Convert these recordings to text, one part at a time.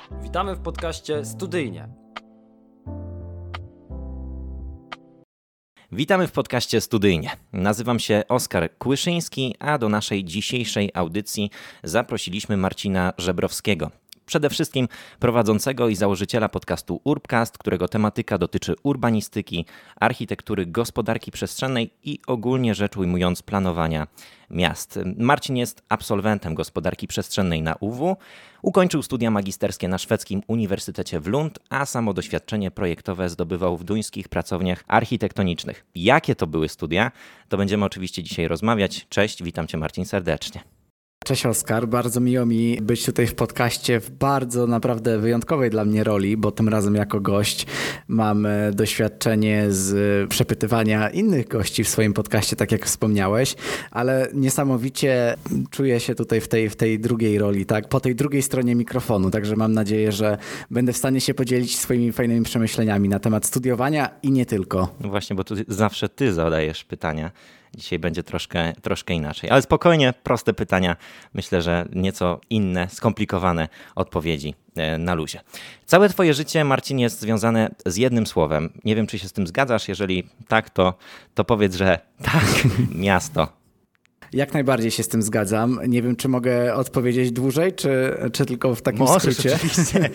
Witamy w podcaście Studyjnie. Witamy w podcaście Studyjnie. Nazywam się Oskar Kłyszyński, a do naszej dzisiejszej audycji zaprosiliśmy Marcina Żebrowskiego. Przede wszystkim prowadzącego i założyciela podcastu Urbcast, którego tematyka dotyczy urbanistyki, architektury, gospodarki przestrzennej i ogólnie rzecz ujmując planowania miast. Marcin jest absolwentem gospodarki przestrzennej na UW, ukończył studia magisterskie na szwedzkim Uniwersytecie w Lund, a samo doświadczenie projektowe zdobywał w duńskich pracowniach architektonicznych. Jakie to były studia? To będziemy oczywiście dzisiaj rozmawiać. Cześć, witam Cię Marcin serdecznie. Cześć Oskar, bardzo miło mi być tutaj w podcaście w bardzo naprawdę wyjątkowej dla mnie roli, bo tym razem jako gość mam doświadczenie z przepytywania innych gości w swoim podcaście, tak jak wspomniałeś, ale niesamowicie czuję się tutaj w tej drugiej roli, tak, po tej drugiej stronie mikrofonu, także mam nadzieję, że będę w stanie się podzielić swoimi fajnymi przemyśleniami na temat studiowania i nie tylko. No właśnie, bo tu zawsze Ty zadajesz pytania. Dzisiaj będzie troszkę inaczej. Ale spokojnie, proste pytania. Myślę, że nieco inne, skomplikowane odpowiedzi na luzie. Całe Twoje życie, Marcin, jest związane z jednym słowem. Nie wiem, czy się z tym zgadzasz. Jeżeli tak, to powiedz, że tak, miasto. Jak najbardziej się z tym zgadzam. Nie wiem, czy mogę odpowiedzieć dłużej, czy tylko w takim skrócie. Oczywiście.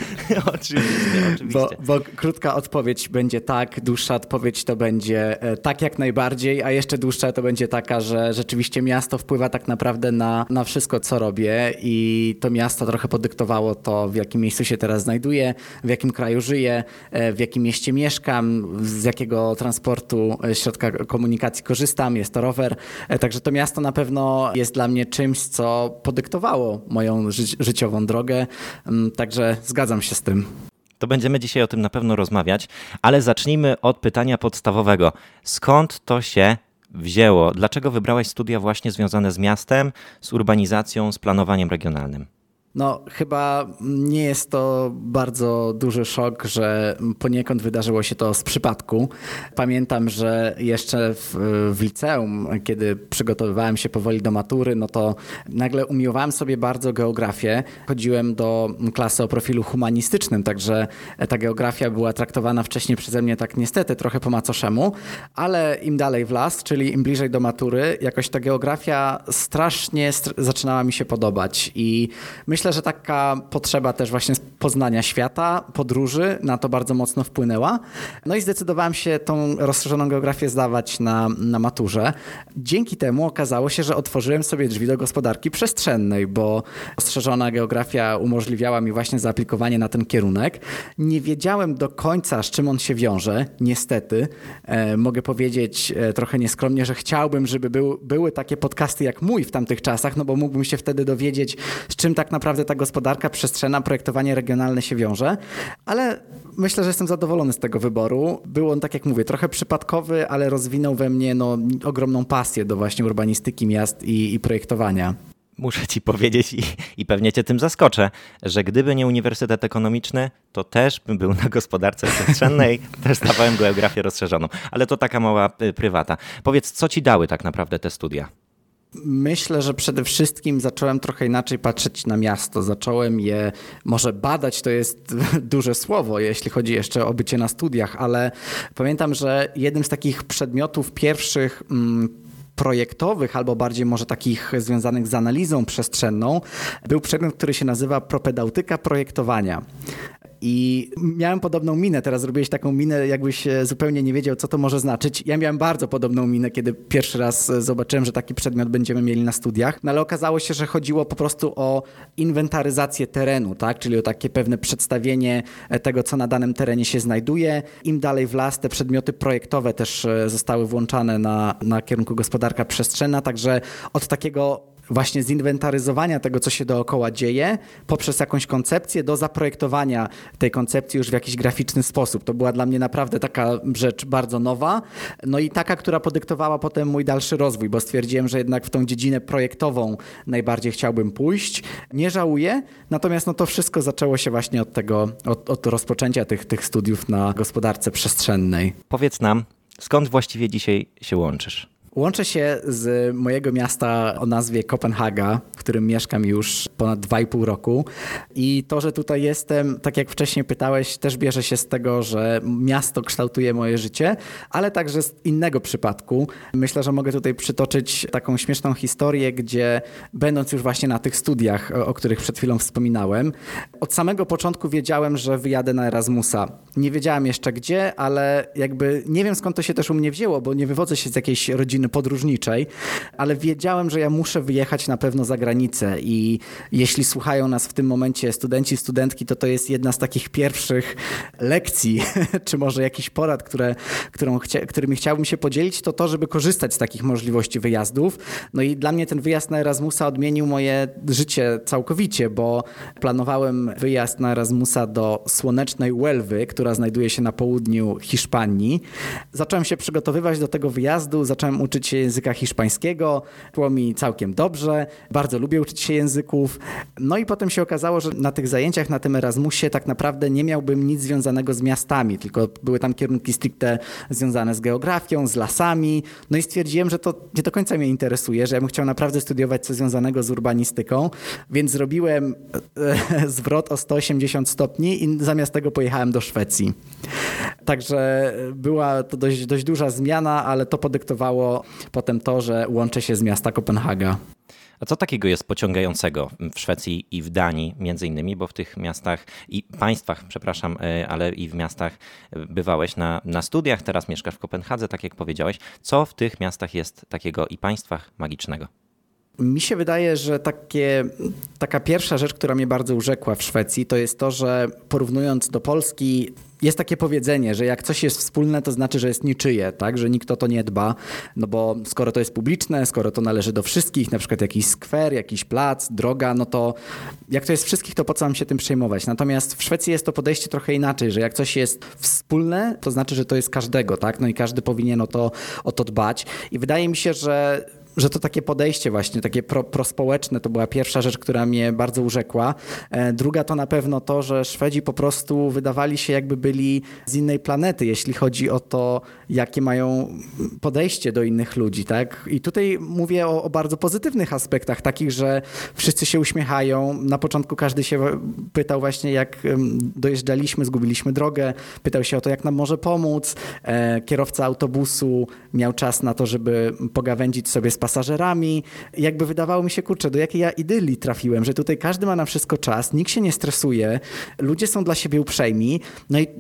oczywiście. Bo krótka odpowiedź będzie tak, dłuższa odpowiedź to będzie tak jak najbardziej, a jeszcze dłuższa to będzie taka, że rzeczywiście miasto wpływa tak naprawdę na wszystko, co robię i to miasto trochę podyktowało to, w jakim miejscu się teraz znajduję, w jakim kraju żyję, w jakim mieście mieszkam, z jakiego transportu, środka komunikacji korzystam, jest to rower. Także to miasto na pewno jest dla mnie czymś, co podyktowało moją życiową drogę, także zgadzam się z tym. To będziemy dzisiaj o tym na pewno rozmawiać, ale zacznijmy od pytania podstawowego. Skąd to się wzięło? Dlaczego wybrałeś studia właśnie związane z miastem, z urbanizacją, z planowaniem regionalnym? No, chyba nie jest to bardzo duży szok, że poniekąd wydarzyło się to z przypadku. Pamiętam, że jeszcze w liceum, kiedy przygotowywałem się powoli do matury, no to nagle umiłowałem sobie bardzo geografię. Chodziłem do klasy o profilu humanistycznym, także ta geografia była traktowana wcześniej przeze mnie tak niestety trochę po macoszemu, ale im dalej w las, czyli im bliżej do matury, jakoś ta geografia strasznie zaczynała mi się podobać i myślę, że taka potrzeba też właśnie poznania świata, podróży na to bardzo mocno wpłynęła. No i zdecydowałem się tą rozszerzoną geografię zdawać na maturze. Dzięki temu okazało się, że otworzyłem sobie drzwi do gospodarki przestrzennej, bo rozszerzona geografia umożliwiała mi właśnie zaaplikowanie na ten kierunek. Nie wiedziałem do końca, z czym on się wiąże. Niestety, mogę powiedzieć trochę nieskromnie, że chciałbym, żeby były takie podcasty jak mój w tamtych czasach, no bo mógłbym się wtedy dowiedzieć, z czym tak naprawdę ta gospodarka przestrzenna, projektowanie regionalne się wiąże, ale myślę, że jestem zadowolony z tego wyboru. Był on, tak jak mówię, trochę przypadkowy, ale rozwinął we mnie ogromną pasję do właśnie urbanistyki miast i projektowania. Muszę Ci powiedzieć i pewnie Cię tym zaskoczę, że gdyby nie Uniwersytet Ekonomiczny, to też bym był na gospodarce przestrzennej, też zdawałem geografię rozszerzoną, ale to taka mała prywata. Powiedz, co Ci dały tak naprawdę te studia? Myślę, że przede wszystkim zacząłem trochę inaczej patrzeć na miasto. Zacząłem je może badać, to jest duże słowo, jeśli chodzi jeszcze o bycie na studiach, ale pamiętam, że jednym z takich przedmiotów pierwszych projektowych, albo bardziej może takich związanych z analizą przestrzenną, był przedmiot, który się nazywa propedeutyka projektowania. I miałem podobną minę, teraz zrobiłeś taką minę, jakbyś zupełnie nie wiedział, co to może znaczyć. Ja miałem bardzo podobną minę, kiedy pierwszy raz zobaczyłem, że taki przedmiot będziemy mieli na studiach, no ale okazało się, że chodziło po prostu o inwentaryzację terenu, tak? Czyli o takie pewne przedstawienie tego, co na danym terenie się znajduje. Im dalej w las, te przedmioty projektowe też zostały włączane na kierunku gospodarka przestrzenna, także od takiego właśnie zinwentaryzowania tego, co się dookoła dzieje, poprzez jakąś koncepcję do zaprojektowania tej koncepcji już w jakiś graficzny sposób. To była dla mnie naprawdę taka rzecz bardzo nowa, no i taka, która podyktowała potem mój dalszy rozwój, bo stwierdziłem, że jednak w tą dziedzinę projektową najbardziej chciałbym pójść. Nie żałuję, natomiast no to wszystko zaczęło się właśnie od rozpoczęcia tych studiów na gospodarce przestrzennej. Powiedz nam, skąd właściwie dzisiaj się łączysz? Łączę się z mojego miasta o nazwie Kopenhaga, w którym mieszkam już ponad 2,5 roku. I to, że tutaj jestem, tak jak wcześniej pytałeś, też bierze się z tego, że miasto kształtuje moje życie, ale także z innego przypadku. Myślę, że mogę tutaj przytoczyć taką śmieszną historię, gdzie będąc już właśnie na tych studiach, o których przed chwilą wspominałem, od samego początku wiedziałem, że wyjadę na Erasmusa. Nie wiedziałem jeszcze gdzie, ale jakby nie wiem skąd to się też u mnie wzięło, bo nie wywodzę się z jakiejś rodziny podróżniczej, ale wiedziałem, że ja muszę wyjechać na pewno za granicę i jeśli słuchają nas w tym momencie studenci, studentki, to jest jedna z takich pierwszych lekcji, czy może jakichś porad, którymi chciałbym się podzielić, to, żeby korzystać z takich możliwości wyjazdów. No i dla mnie ten wyjazd na Erasmusa odmienił moje życie całkowicie, bo planowałem wyjazd na Erasmusa do słonecznej Huelwy, która znajduje się na południu Hiszpanii. Zacząłem się przygotowywać do tego wyjazdu, zacząłem uczyć się języka hiszpańskiego, było mi całkiem dobrze, bardzo lubię uczyć się języków. No i potem się okazało, że na tych zajęciach, na tym Erasmusie tak naprawdę nie miałbym nic związanego z miastami, tylko były tam kierunki stricte związane z geografią, z lasami. No i stwierdziłem, że to nie do końca mnie interesuje, że ja bym chciał naprawdę studiować coś związanego z urbanistyką, więc zrobiłem zwrot o 180 stopni i zamiast tego pojechałem do Szwecji. Także była to dość duża zmiana, ale to podyktowało potem to, że łączę się z miasta Kopenhaga. A co takiego jest pociągającego w Szwecji i w Danii między innymi, bo w tych miastach i państwach, przepraszam, ale i w miastach bywałeś na studiach, teraz mieszkasz w Kopenhadze, tak jak powiedziałeś. Co w tych miastach jest takiego i państwach magicznego? Mi się wydaje, że taka pierwsza rzecz, która mnie bardzo urzekła w Szwecji, to jest to, że porównując do Polski, jest takie powiedzenie, że jak coś jest wspólne, to znaczy, że jest niczyje, tak? Że nikt o to nie dba, no bo skoro to jest publiczne, skoro to należy do wszystkich, na przykład jakiś skwer, jakiś plac, droga, no to jak to jest wszystkich, to po co mam się tym przejmować? Natomiast w Szwecji jest to podejście trochę inaczej, że jak coś jest wspólne, to znaczy, że to jest każdego, tak? No i każdy powinien o to dbać. I wydaje mi się, że to takie podejście właśnie, takie prospołeczne, to była pierwsza rzecz, która mnie bardzo urzekła. Druga to na pewno to, że Szwedzi po prostu wydawali się jakby byli z innej planety, jeśli chodzi o to, jakie mają podejście do innych ludzi, tak? I tutaj mówię o bardzo pozytywnych aspektach, takich, że wszyscy się uśmiechają. Na początku każdy się pytał właśnie, jak dojeżdżaliśmy, zgubiliśmy drogę, pytał się o to, jak nam może pomóc. Kierowca autobusu miał czas na to, żeby pogawędzić sobie z pasażerami. Jakby wydawało mi się, kurczę, do jakiej ja idylii trafiłem, że tutaj każdy ma na wszystko czas, nikt się nie stresuje, ludzie są dla siebie uprzejmi. No i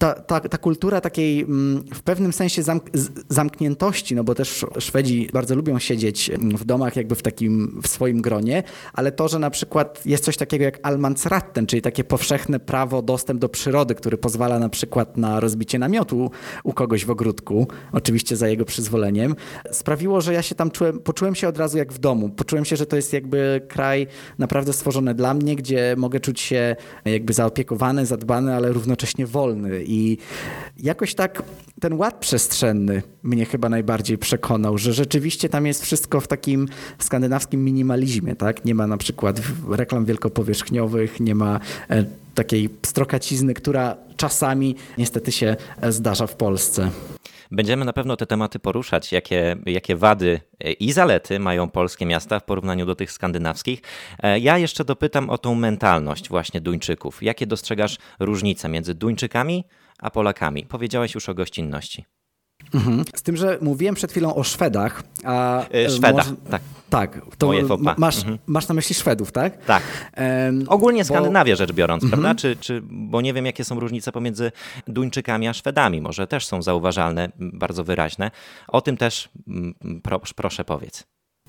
ta kultura takiej w pewnym sensie zamkniętości, no bo też Szwedzi bardzo lubią siedzieć w domach jakby w swoim gronie, ale to, że na przykład jest coś takiego jak allemansratten, czyli takie powszechne prawo, dostęp do przyrody, który pozwala na przykład na rozbicie namiotu u kogoś w ogródku, oczywiście za jego przyzwoleniem, sprawiło, że ja się tam poczułem się od razu jak w domu. Poczułem się, że to jest jakby kraj naprawdę stworzony dla mnie, gdzie mogę czuć się jakby zaopiekowany, zadbany, ale równocześnie wolny. I jakoś tak ten ład przestrzenny mnie chyba najbardziej przekonał, że rzeczywiście tam jest wszystko w takim skandynawskim minimalizmie, tak? Nie ma na przykład reklam wielkopowierzchniowych, nie ma takiej pstrokacizny, która czasami niestety się zdarza w Polsce. Będziemy na pewno te tematy poruszać, jakie wady i zalety mają polskie miasta w porównaniu do tych skandynawskich. Ja jeszcze dopytam o tą mentalność właśnie Duńczyków. Jakie dostrzegasz różnice między Duńczykami a Polakami? Powiedziałeś już o gościnności. Mhm. Z tym, że mówiłem przed chwilą o Szwedach. Szwedach, tak. Tak, to masz na myśli Szwedów, tak? Tak. Ogólnie Skandynawię rzecz biorąc, prawda? Bo nie wiem, jakie są różnice pomiędzy Duńczykami a Szwedami. Może też są zauważalne, bardzo wyraźne. O tym też proszę powiedz.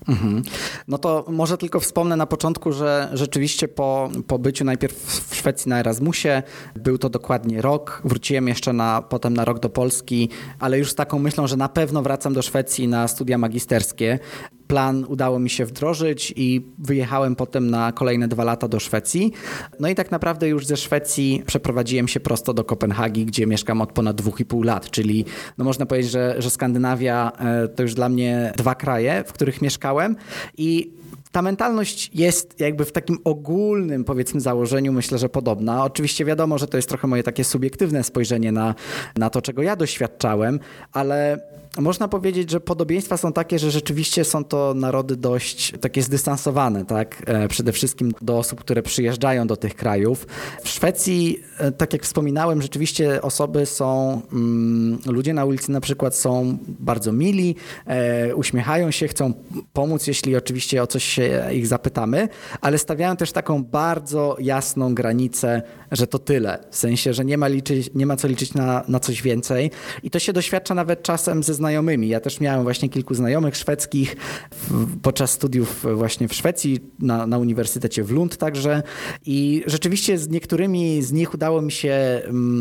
No to może tylko wspomnę na początku, że rzeczywiście po byciu najpierw w Szwecji na Erasmusie, był to dokładnie rok, wróciłem jeszcze potem na rok do Polski, ale już z taką myślą, że na pewno wracam do Szwecji na studia magisterskie. Plan udało mi się wdrożyć i wyjechałem potem na kolejne 2 lata do Szwecji. No i tak naprawdę już ze Szwecji przeprowadziłem się prosto do Kopenhagi, gdzie mieszkam od ponad 2,5 lat, czyli no można powiedzieć, że Skandynawia to już dla mnie 2 kraje, w których mieszkałem i ta mentalność jest jakby w takim ogólnym, powiedzmy, założeniu, myślę, że podobna. Oczywiście wiadomo, że to jest trochę moje takie subiektywne spojrzenie na to, czego ja doświadczałem, ale można powiedzieć, że podobieństwa są takie, że rzeczywiście są to narody dość takie zdystansowane, tak? Przede wszystkim do osób, które przyjeżdżają do tych krajów. W Szwecji, tak jak wspominałem, rzeczywiście osoby są, ludzie na ulicy na przykład są bardzo mili, uśmiechają się, chcą pomóc, jeśli oczywiście o coś się ich zapytamy, ale stawiają też taką bardzo jasną granicę, że to tyle. W sensie, że nie ma co liczyć na coś więcej. I to się doświadcza nawet czasem ze znajomymi. Ja też miałem właśnie kilku znajomych szwedzkich podczas studiów właśnie w Szwecji, na Uniwersytecie w Lund także. I rzeczywiście z niektórymi z nich udało mi się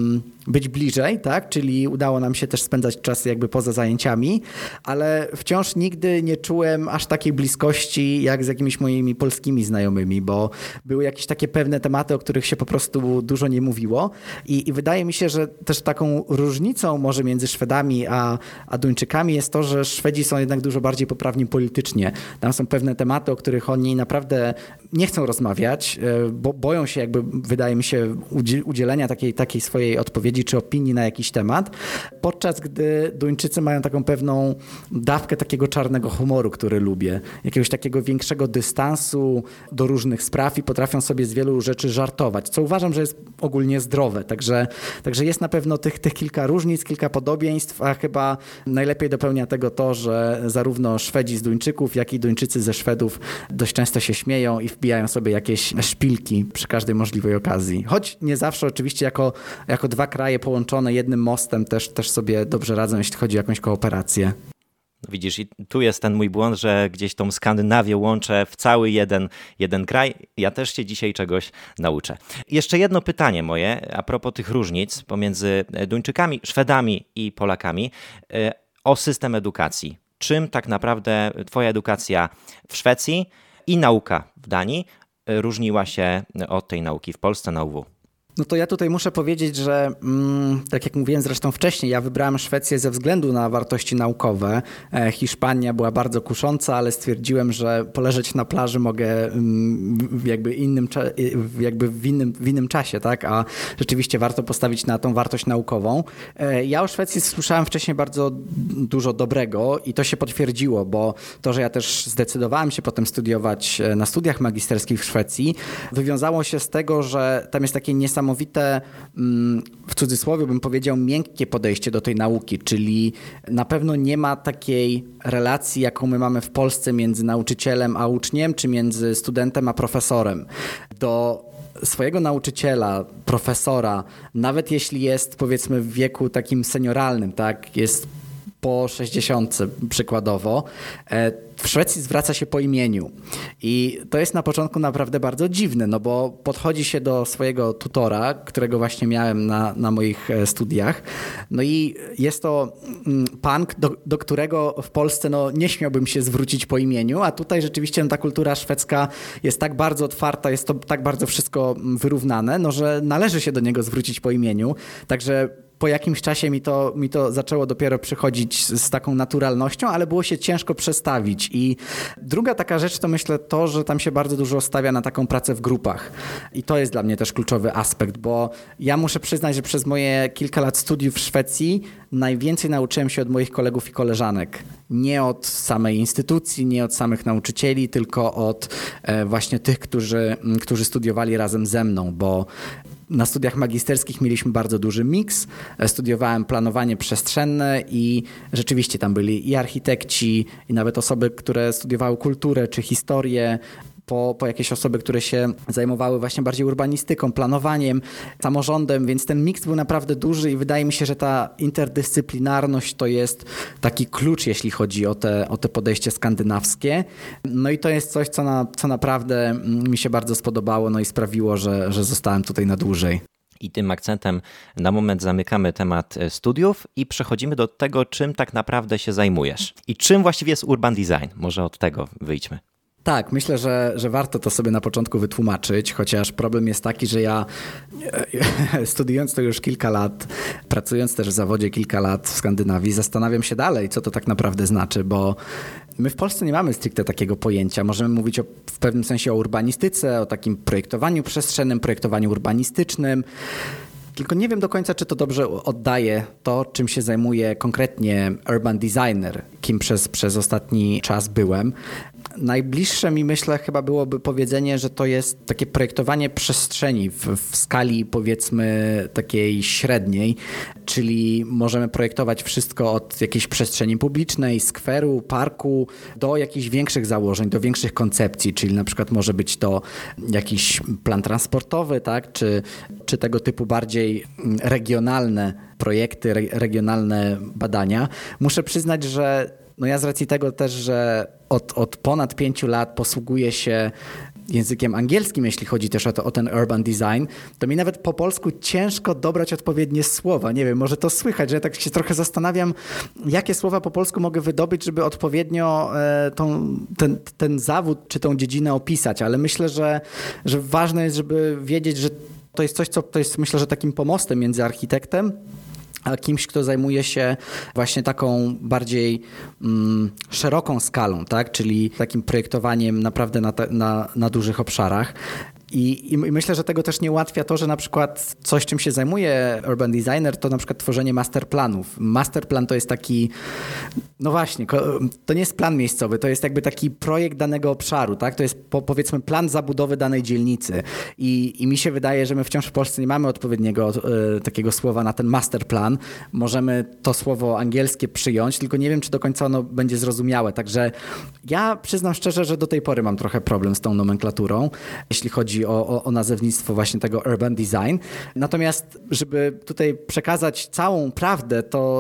być bliżej, tak? Czyli udało nam się też spędzać czas jakby poza zajęciami, ale wciąż nigdy nie czułem aż takiej bliskości jak z jakimiś moimi polskimi znajomymi, bo były jakieś takie pewne tematy, o których się po prostu dużo nie mówiło i wydaje mi się, że też taką różnicą może między Szwedami a Duńczykami jest to, że Szwedzi są jednak dużo bardziej poprawni politycznie. Tam są pewne tematy, o których oni naprawdę nie chcą rozmawiać, bo boją się jakby, wydaje mi się, udzielenia takiej swojej odpowiedzi czy opinii na jakiś temat, podczas gdy Duńczycy mają taką pewną dawkę takiego czarnego humoru, który lubię, jakiegoś takiego większego dystansu do różnych spraw i potrafią sobie z wielu rzeczy żartować, co uważam, że jest ogólnie zdrowe. Także jest na pewno tych kilka różnic, kilka podobieństw, a chyba najlepiej dopełnia tego to, że zarówno Szwedzi z Duńczyków, jak i Duńczycy ze Szwedów dość często się śmieją i wbijają sobie jakieś szpilki przy każdej możliwej okazji. Choć nie zawsze oczywiście jako dwa kraje połączone jednym mostem też sobie dobrze radzą, jeśli chodzi o jakąś kooperację. Widzisz, i tu jest ten mój błąd, że gdzieś tą Skandynawię łączę w cały jeden kraj. Ja też się dzisiaj czegoś nauczę. Jeszcze jedno pytanie moje a propos tych różnic pomiędzy Duńczykami, Szwedami i Polakami o system edukacji. Czym tak naprawdę twoja edukacja w Szwecji i nauka w Danii różniła się od tej nauki w Polsce na UW? No to ja tutaj muszę powiedzieć, że tak jak mówiłem zresztą wcześniej, ja wybrałem Szwecję ze względu na wartości naukowe. Hiszpania była bardzo kusząca, ale stwierdziłem, że poleżeć na plaży mogę jakby w innym czasie, tak? A rzeczywiście warto postawić na tą wartość naukową. Ja o Szwecji słyszałem wcześniej bardzo dużo dobrego i to się potwierdziło, bo to, że ja też zdecydowałem się potem studiować na studiach magisterskich w Szwecji, wywiązało się z tego, że tam jest takie niesamowite, w cudzysłowie bym powiedział, miękkie podejście do tej nauki, czyli na pewno nie ma takiej relacji, jaką my mamy w Polsce między nauczycielem a uczniem, czy między studentem a profesorem. Do swojego nauczyciela, profesora, nawet jeśli jest, powiedzmy, w wieku takim senioralnym, tak, jest po 60 przykładowo, w Szwecji zwraca się po imieniu. I to jest na początku naprawdę bardzo dziwne, no bo podchodzi się do swojego tutora, którego właśnie miałem na moich studiach, no i jest to pan, do którego w Polsce nie śmiałbym się zwrócić po imieniu, a tutaj rzeczywiście ta kultura szwedzka jest tak bardzo otwarta, jest to tak bardzo wszystko wyrównane, że należy się do niego zwrócić po imieniu. Także po jakimś czasie mi to zaczęło dopiero przychodzić z taką naturalnością, ale było się ciężko przestawić. I druga taka rzecz to myślę to, że tam się bardzo dużo stawia na taką pracę w grupach. I to jest dla mnie też kluczowy aspekt, bo ja muszę przyznać, że przez moje kilka lat studiów w Szwecji najwięcej nauczyłem się od moich kolegów i koleżanek. Nie od samej instytucji, nie od samych nauczycieli, tylko od właśnie tych, którzy studiowali razem ze mną, bo na studiach magisterskich mieliśmy bardzo duży miks. Studiowałem planowanie przestrzenne i rzeczywiście tam byli i architekci, i nawet osoby, które studiowały kulturę czy historię, po jakieś osoby, które się zajmowały właśnie bardziej urbanistyką, planowaniem, samorządem, więc ten miks był naprawdę duży i wydaje mi się, że ta interdyscyplinarność to jest taki klucz, jeśli chodzi o te podejście skandynawskie. No i to jest coś, co naprawdę mi się bardzo spodobało, i sprawiło, że zostałem tutaj na dłużej. I tym akcentem na moment zamykamy temat studiów i przechodzimy do tego, czym tak naprawdę się zajmujesz. I czym właściwie jest urban design? Może od tego wyjdźmy. Tak, myślę, że warto to sobie na początku wytłumaczyć, chociaż problem jest taki, że ja studiując to już kilka lat, pracując też w zawodzie kilka lat w Skandynawii, zastanawiam się dalej, co to tak naprawdę znaczy, bo my w Polsce nie mamy stricte takiego pojęcia. Możemy mówić w pewnym sensie o urbanistyce, o takim projektowaniu przestrzennym, projektowaniu urbanistycznym. Tylko nie wiem do końca, czy to dobrze oddaje to, czym się zajmuje konkretnie urban designer, kim przez ostatni czas byłem. Najbliższe mi, myślę, chyba byłoby powiedzenie, że to jest takie projektowanie przestrzeni w skali, powiedzmy, takiej średniej, czyli możemy projektować wszystko od jakiejś przestrzeni publicznej, skweru, parku, do jakichś większych założeń, do większych koncepcji, czyli na przykład może być to jakiś plan transportowy, tak? czy tego typu bardziej regionalne projekty, regionalne badania. Muszę przyznać, że ja z racji tego też, że od ponad 5 lat posługuję się językiem angielskim, jeśli chodzi też o ten urban design, to mi nawet po polsku ciężko dobrać odpowiednie słowa. Nie wiem, może to słychać, że ja tak się trochę zastanawiam, jakie słowa po polsku mogę wydobyć, żeby odpowiednio ten zawód czy tą dziedzinę opisać, ale myślę, że ważne jest, żeby wiedzieć, że to jest coś, co to jest, myślę, że takim pomostem między architektem a kimś, kto zajmuje się właśnie taką bardziej szeroką skalą, tak? Czyli takim projektowaniem naprawdę na dużych obszarach. I myślę, że tego też nie ułatwia to, że na przykład coś, czym się zajmuje urban designer, to na przykład tworzenie masterplanów. Masterplan to jest taki, no właśnie, to nie jest plan miejscowy, to jest jakby taki projekt danego obszaru, tak? To jest powiedzmy plan zabudowy danej dzielnicy. I mi się wydaje, że my wciąż w Polsce nie mamy odpowiedniego takiego słowa na ten masterplan. Możemy to słowo angielskie przyjąć, tylko nie wiem, czy do końca ono będzie zrozumiałe. Także ja przyznam szczerze, że do tej pory mam trochę problem z tą nomenklaturą, jeśli chodzi o nazewnictwo właśnie tego urban design. Natomiast, żeby tutaj przekazać całą prawdę,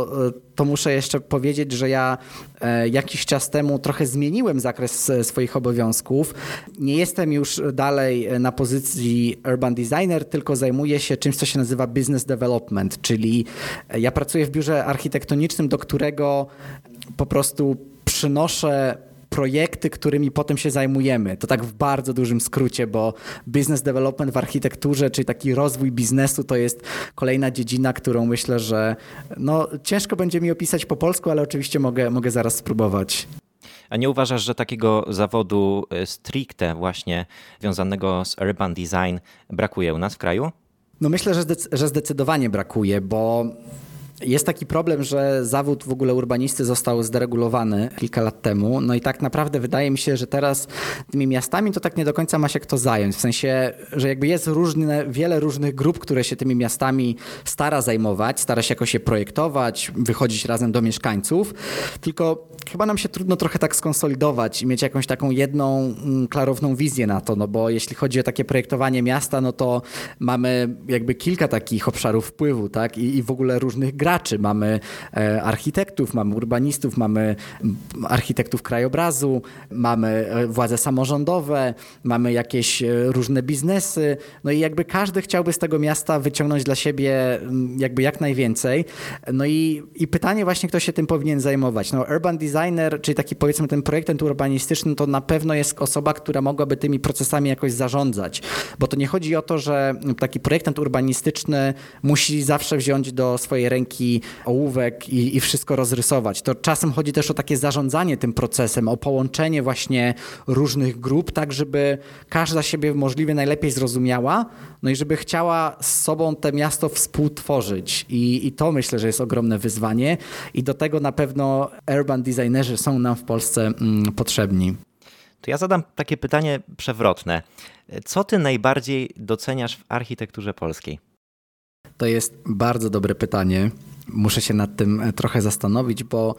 to muszę jeszcze powiedzieć, że ja jakiś czas temu trochę zmieniłem zakres swoich obowiązków. Nie jestem już dalej na pozycji urban designer, tylko zajmuję się czymś, co się nazywa business development, czyli ja pracuję w biurze architektonicznym, do którego po prostu przynoszę projekty, którymi potem się zajmujemy. To tak w bardzo dużym skrócie, bo business development w architekturze, czyli taki rozwój biznesu, to jest kolejna dziedzina, którą myślę, że ciężko będzie mi opisać po polsku, ale oczywiście mogę zaraz spróbować. A nie uważasz, że takiego zawodu stricte właśnie związanego z urban design brakuje u nas w kraju? Myślę, że zdecydowanie brakuje, bo jest taki problem, że zawód w ogóle urbanisty został zderegulowany kilka lat temu. No i tak naprawdę wydaje mi się, że teraz tymi miastami to tak nie do końca ma się kto zająć. W sensie, że jakby jest wiele różnych grup, które się tymi miastami stara zajmować, stara się jakoś je projektować, wychodzić razem do mieszkańców. Tylko chyba nam się trudno trochę tak skonsolidować i mieć jakąś taką jedną klarowną wizję na to, bo jeśli chodzi o takie projektowanie miasta, to mamy jakby kilka takich obszarów wpływu, tak? I w ogóle różnych graczy. Mamy architektów, mamy urbanistów, mamy architektów krajobrazu, mamy władze samorządowe, mamy jakieś różne biznesy. No i jakby każdy chciałby z tego miasta wyciągnąć dla siebie jakby jak najwięcej. No i pytanie właśnie, kto się tym powinien zajmować. Urban designer, czyli taki powiedzmy ten projektant urbanistyczny, to na pewno jest osoba, która mogłaby tymi procesami jakoś zarządzać. Bo to nie chodzi o to, że taki projektant urbanistyczny musi zawsze wziąć do swojej ręki ołówek i wszystko rozrysować. To czasem chodzi też o takie zarządzanie tym procesem, o połączenie właśnie różnych grup, tak żeby każda siebie możliwie najlepiej zrozumiała, no i żeby chciała z sobą to miasto współtworzyć. I to myślę, że jest ogromne wyzwanie i do tego na pewno urban designerzy są nam w Polsce potrzebni. To ja zadam takie pytanie przewrotne. Co ty najbardziej doceniasz w architekturze polskiej? To jest bardzo dobre pytanie. Muszę się nad tym trochę zastanowić, bo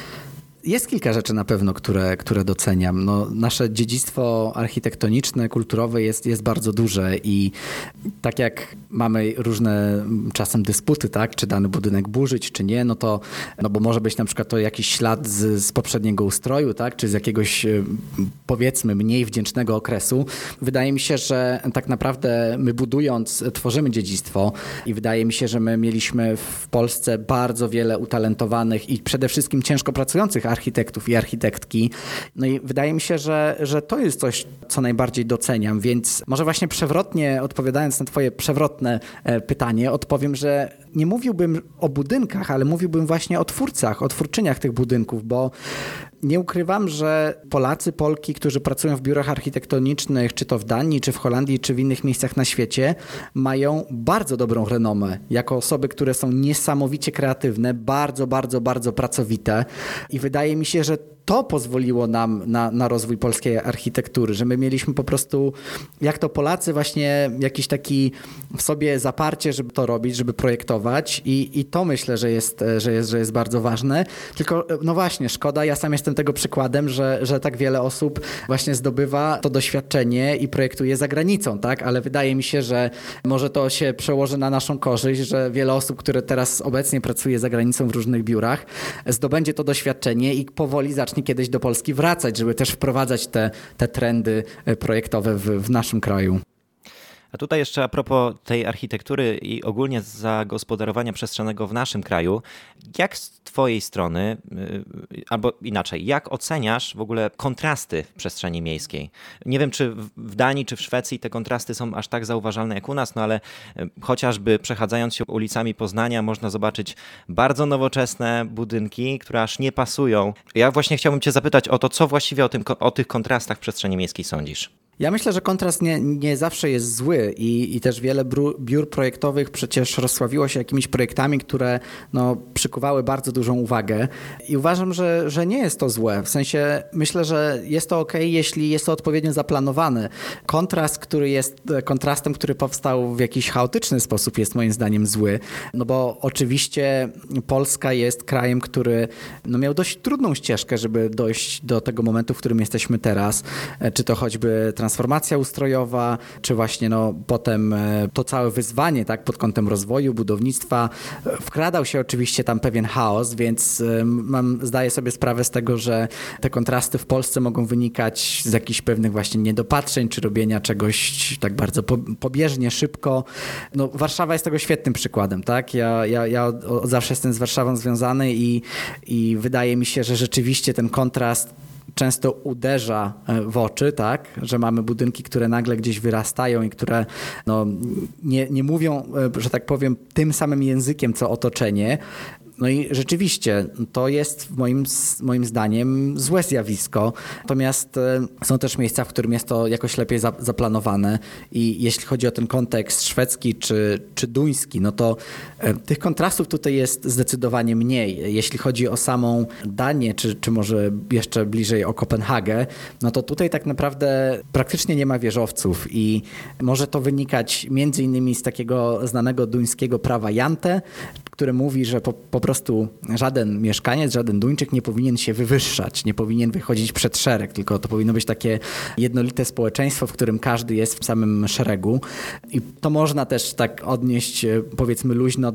jest kilka rzeczy na pewno, które doceniam. Nasze dziedzictwo architektoniczne, kulturowe jest bardzo duże i tak jak mamy różne czasem dysputy, tak, czy dany budynek burzyć, czy nie, bo może być na przykład to jakiś ślad z poprzedniego ustroju, tak, czy z jakiegoś powiedzmy mniej wdzięcznego okresu. Wydaje mi się, że tak naprawdę my budując tworzymy dziedzictwo i wydaje mi się, że my mieliśmy w Polsce bardzo wiele utalentowanych i przede wszystkim ciężko pracujących architektów i architektki. No i wydaje mi się, że to jest coś, co najbardziej doceniam, więc może właśnie przewrotnie odpowiadając na twoje przewrotne pytanie, odpowiem, że nie mówiłbym o budynkach, ale mówiłbym właśnie o twórcach, o twórczyniach tych budynków, bo nie ukrywam, że Polacy, Polki, którzy pracują w biurach architektonicznych, czy to w Danii, czy w Holandii, czy w innych miejscach na świecie, mają bardzo dobrą renomę jako osoby, które są niesamowicie kreatywne, bardzo, bardzo, bardzo pracowite i wydaje mi się, że to pozwoliło nam na rozwój polskiej architektury, że my mieliśmy po prostu, jak to Polacy, właśnie jakiś taki w sobie zaparcie, żeby to robić, żeby projektować i to myślę, że jest bardzo ważne. Tylko no właśnie, szkoda, ja sam jestem tego przykładem, że tak wiele osób właśnie zdobywa to doświadczenie i projektuje za granicą, tak? Ale wydaje mi się, że może to się przełoży na naszą korzyść, że wiele osób, które teraz obecnie pracuje za granicą w różnych biurach, zdobędzie to doświadczenie i powoli zacznie kiedyś do Polski wracać, żeby też wprowadzać te trendy projektowe w naszym kraju. A tutaj jeszcze a propos tej architektury i ogólnie zagospodarowania przestrzennego w naszym kraju, jak z twojej strony, albo inaczej, jak oceniasz w ogóle kontrasty w przestrzeni miejskiej? Nie wiem, czy w Danii, czy w Szwecji te kontrasty są aż tak zauważalne jak u nas, no ale chociażby przechadzając się ulicami Poznania można zobaczyć bardzo nowoczesne budynki, które aż nie pasują. Ja właśnie chciałbym cię zapytać o to, co właściwie o tych kontrastach w przestrzeni miejskiej sądzisz? Ja myślę, że kontrast nie zawsze jest zły i też wiele biur projektowych przecież rozsławiło się jakimiś projektami, które przykuwały bardzo dużą uwagę i uważam, że nie jest to złe. W sensie myślę, że jest to okej, jeśli jest to odpowiednio zaplanowane. Kontrast, który jest kontrastem, który powstał w jakiś chaotyczny sposób, jest moim zdaniem zły, no bo oczywiście Polska jest krajem, który miał dość trudną ścieżkę, żeby dojść do tego momentu, w którym jesteśmy teraz, czy to choćby transformacja ustrojowa, czy właśnie potem to całe wyzwanie, tak, pod kątem rozwoju, budownictwa. Wkradał się oczywiście tam pewien chaos, więc zdaję sobie sprawę z tego, że te kontrasty w Polsce mogą wynikać z jakichś pewnych właśnie niedopatrzeń, czy robienia czegoś tak bardzo pobieżnie, szybko. Warszawa jest tego świetnym przykładem, tak? Ja od zawsze jestem z Warszawą związany i wydaje mi się, że rzeczywiście ten kontrast często uderza w oczy, tak, że mamy budynki, które nagle gdzieś wyrastają i które nie mówią, że tak powiem, tym samym językiem, co otoczenie. No i rzeczywiście to jest moim zdaniem złe zjawisko. Natomiast są też miejsca, w którym jest to jakoś lepiej zaplanowane i jeśli chodzi o ten kontekst szwedzki czy duński, no to tych kontrastów tutaj jest zdecydowanie mniej. Jeśli chodzi o samą Danię, czy może jeszcze bliżej o Kopenhagę, no to tutaj tak naprawdę praktycznie nie ma wieżowców i może to wynikać między innymi z takiego znanego duńskiego prawa Jante, które mówi, że po prostu żaden mieszkaniec, żaden Duńczyk nie powinien się wywyższać, nie powinien wychodzić przed szereg, tylko to powinno być takie jednolite społeczeństwo, w którym każdy jest w samym szeregu. I to można też tak odnieść, powiedzmy, luźno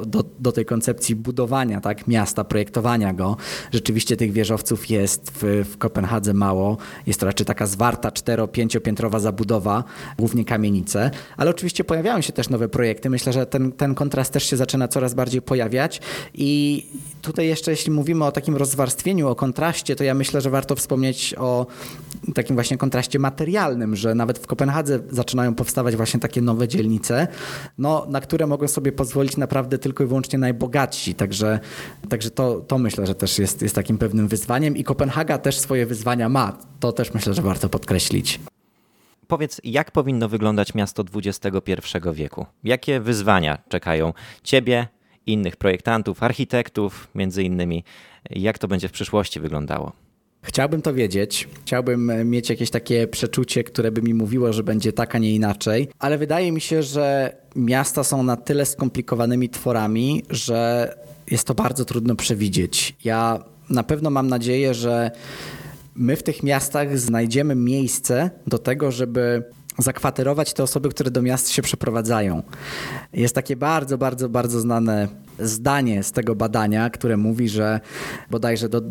do tej koncepcji budowania, tak, miasta, projektowania go. Rzeczywiście tych wieżowców jest w Kopenhadze mało. Jest to raczej taka zwarta 4-5-piętrowa zabudowa, głównie kamienice, ale oczywiście pojawiają się też nowe projekty. Myślę, że ten kontrast też się zaczyna coraz bardziej pojawiać i tutaj jeszcze jeśli mówimy o takim rozwarstwieniu, o kontraście, to ja myślę, że warto wspomnieć o takim właśnie kontraście materialnym, że nawet w Kopenhadze zaczynają powstawać właśnie takie nowe dzielnice, na które mogą sobie pozwolić naprawdę tylko i wyłącznie najbogatsi. Także to myślę, że też jest takim pewnym wyzwaniem i Kopenhaga też swoje wyzwania ma. To też myślę, że warto podkreślić. Powiedz, jak powinno wyglądać miasto XXI wieku? Jakie wyzwania czekają ciebie, innych projektantów, architektów między innymi? Jak to będzie w przyszłości wyglądało? Chciałbym to wiedzieć. Chciałbym mieć jakieś takie przeczucie, które by mi mówiło, że będzie tak, a nie inaczej. Ale wydaje mi się, że miasta są na tyle skomplikowanymi tworami, że jest to bardzo trudno przewidzieć. Ja na pewno mam nadzieję, że my w tych miastach znajdziemy miejsce do tego, żeby zakwaterować te osoby, które do miast się przeprowadzają. Jest takie bardzo, bardzo, bardzo znane zdanie z tego badania, które mówi, że bodajże do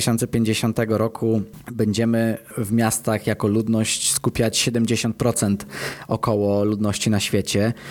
2050 roku będziemy w miastach jako ludność skupiać 70% około ludności na świecie.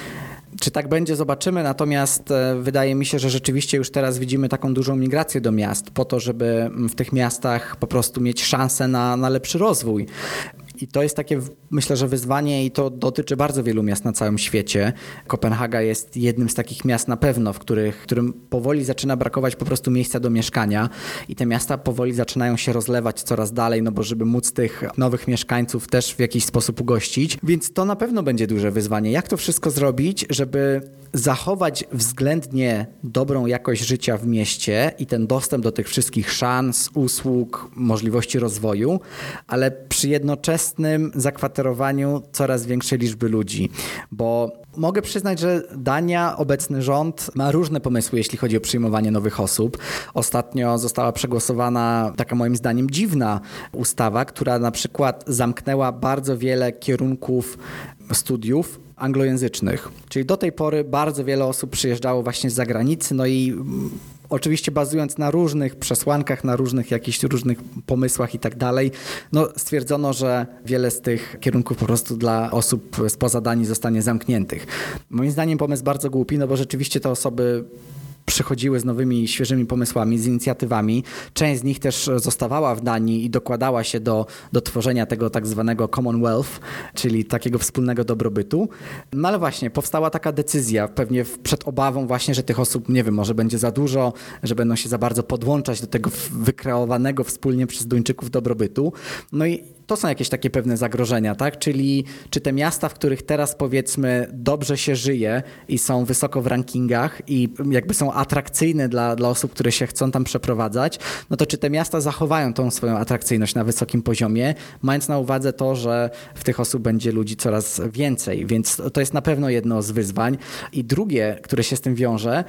Czy tak będzie, zobaczymy, natomiast wydaje mi się, że rzeczywiście już teraz widzimy taką dużą migrację do miast po to, żeby w tych miastach po prostu mieć szansę na lepszy rozwój. I to jest takie, myślę, że wyzwanie i to dotyczy bardzo wielu miast na całym świecie. Kopenhaga jest jednym z takich miast na pewno, w którym powoli zaczyna brakować po prostu miejsca do mieszkania i te miasta powoli zaczynają się rozlewać coraz dalej, no bo żeby móc tych nowych mieszkańców też w jakiś sposób ugościć. Więc to na pewno będzie duże wyzwanie. Jak to wszystko zrobić, żeby zachować względnie dobrą jakość życia w mieście i ten dostęp do tych wszystkich szans, usług, możliwości rozwoju, ale przy jednoczesnym zakwaterowaniu coraz większej liczby ludzi. Bo mogę przyznać, że Dania, obecny rząd ma różne pomysły, jeśli chodzi o przyjmowanie nowych osób. Ostatnio została przegłosowana taka moim zdaniem dziwna ustawa, która na przykład zamknęła bardzo wiele kierunków studiów anglojęzycznych. Czyli do tej pory bardzo wiele osób przyjeżdżało właśnie z zagranicy, no i oczywiście bazując na różnych przesłankach, na jakichś różnych pomysłach i tak dalej, no stwierdzono, że wiele z tych kierunków po prostu dla osób spoza Danii zostanie zamkniętych. Moim zdaniem pomysł bardzo głupi, no bo rzeczywiście te osoby przychodziły z nowymi, świeżymi pomysłami, z inicjatywami. Część z nich też zostawała w Danii i dokładała się do tworzenia tego tak zwanego Commonwealth, czyli takiego wspólnego dobrobytu. No ale właśnie, powstała taka decyzja, pewnie przed obawą właśnie, że tych osób, nie wiem, może będzie za dużo, że będą się za bardzo podłączać do tego wykreowanego wspólnie przez Duńczyków dobrobytu. No i to są jakieś takie pewne zagrożenia, tak? Czyli czy te miasta, w których teraz powiedzmy dobrze się żyje i są wysoko w rankingach i jakby są atrakcyjne dla osób, które się chcą tam przeprowadzać, no to czy te miasta zachowają tą swoją atrakcyjność na wysokim poziomie, mając na uwadze to, że w tych osób będzie ludzi coraz więcej. Więc to jest na pewno jedno z wyzwań. I drugie, które się z tym wiąże,